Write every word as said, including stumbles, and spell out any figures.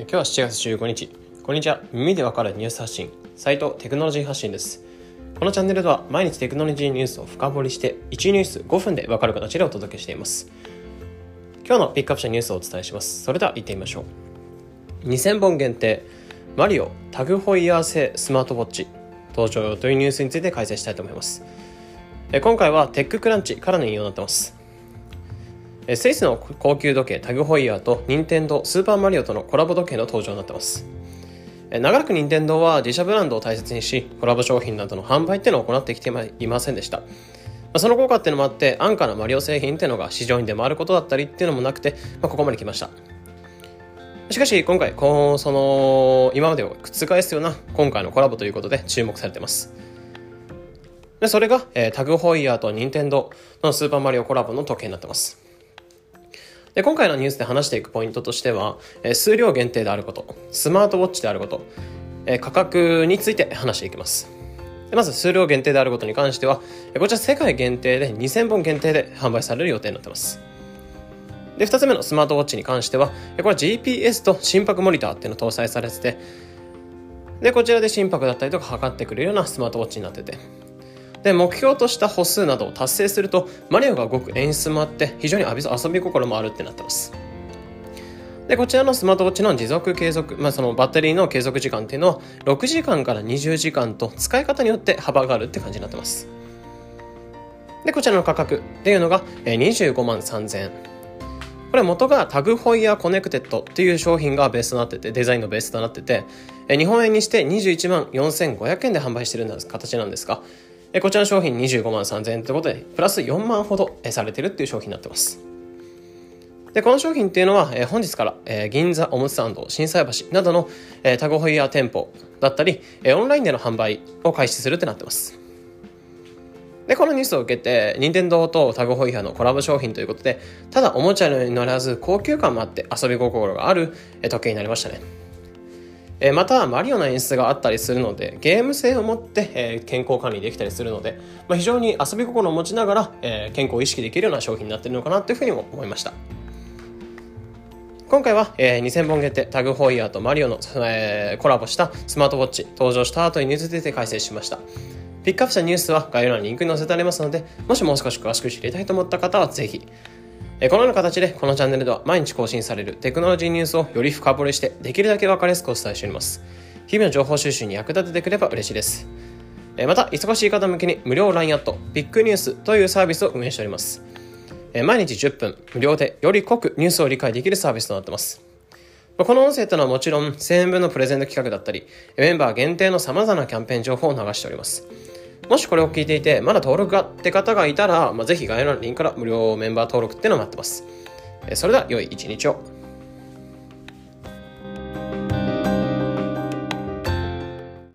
今日はしちがつじゅうごにち。こんにちは。耳でわかるニュース発信、サイトテクノロジー発信です。このチャンネルでは毎日テクノロジーニュースを深掘りしていちニュースごふんでわかる形でお届けしています。今日のピックアップしたニュースをお伝えします。それでは行ってみましょう。にせんぼん限定マリオタグホイヤー製スマートウォッチ登場というニュースについて解説したいと思います。今回はテッククランチからの引用になっています。スイスの高級時計タグホイヤーと任天堂スーパーマリオとのコラボ時計の登場になっています。長らく任天堂は自社ブランドを大切にし、コラボ商品などの販売っていうのを行ってきていませんでした。その効果っていうのもあって、安価なマリオ製品っていうのが市場に出回ることだったりっていうのもなくて、まあ、ここまで来ました。しかし今回こうその今までを覆すような今回のコラボということで注目されています。でそれが、えー、タグホイヤーと任天堂のスーパーマリオコラボの時計になっています。で今回のニュースで話していくポイントとしては、えー、数量限定であること、スマートウォッチであること、えー、価格について話していきます。でまず数量限定であることに関しては、こちら世界限定でにせんぼん限定で販売される予定になっています。でふたつめのスマートウォッチに関しては、これは ジーピーエス と心拍モニターっていうのが搭載されてて、でこちらで心拍だったりとか測ってくれるようなスマートウォッチになってて、で目標とした歩数などを達成するとマリオが動く演出もあって非常に遊び心もあるってなってます。でこちらのスマートウォッチの持続継続、まあ、そのバッテリーの継続時間っていうのはろくじかんからにじゅうじかんと使い方によって幅があるって感じになってます。でこちらの価格っていうのがにじゅうごまんさんぜんえん。これ元がタグホイヤーコネクテッドっていう商品がベースとなってて、デザインのベースとなってて、日本円にしてにじゅういちまんよんせんごひゃくえんで販売している形なんですが、こちらの商品にじゅうごまんさんぜんえんということでプラスよんまんほどされているっていう商品になっています。でこの商品っていうのは本日から銀座表参道心斎橋などのタグホイヤー店舗だったりオンラインでの販売を開始するってなっています。でこのニュースを受けて任天堂とタグホイヤーのコラボ商品ということで、ただおもちゃに乗らず高級感もあって遊び心がある時計になりましたね。またマリオの演出があったりするのでゲーム性を持って健康管理できたりするので、まあ、非常に遊び心を持ちながら健康を意識できるような商品になっているのかなというふうにも思いました。今回はにせんぼん限定タグホイヤーとマリオのコラボしたスマートウォッチ登場した後にニュースについて解説しました。ピックアップしたニュースは概要欄にリンクに載せてありますので、もしもう少し詳しく知りたいと思った方はぜひ。このような形でこのチャンネルでは毎日更新されるテクノロジーニュースをより深掘りしてできるだけ分かりやすくお伝えしております。日々の情報収集に役立ててくれば嬉しいです。また忙しい方向けに無料 ライン アットビッグニュースというサービスを運営しております。毎日じゅっぷん無料でより濃くニュースを理解できるサービスとなっています。この音声というのはもちろんせんえんぶんのプレゼント企画だったりメンバー限定の様々なキャンペーン情報を流しております。もしこれを聞いていてまだ登録がって方がいたら、まあ、ぜひ概要欄のリンクから無料メンバー登録っていうのを待ってます。それでは良い一日を。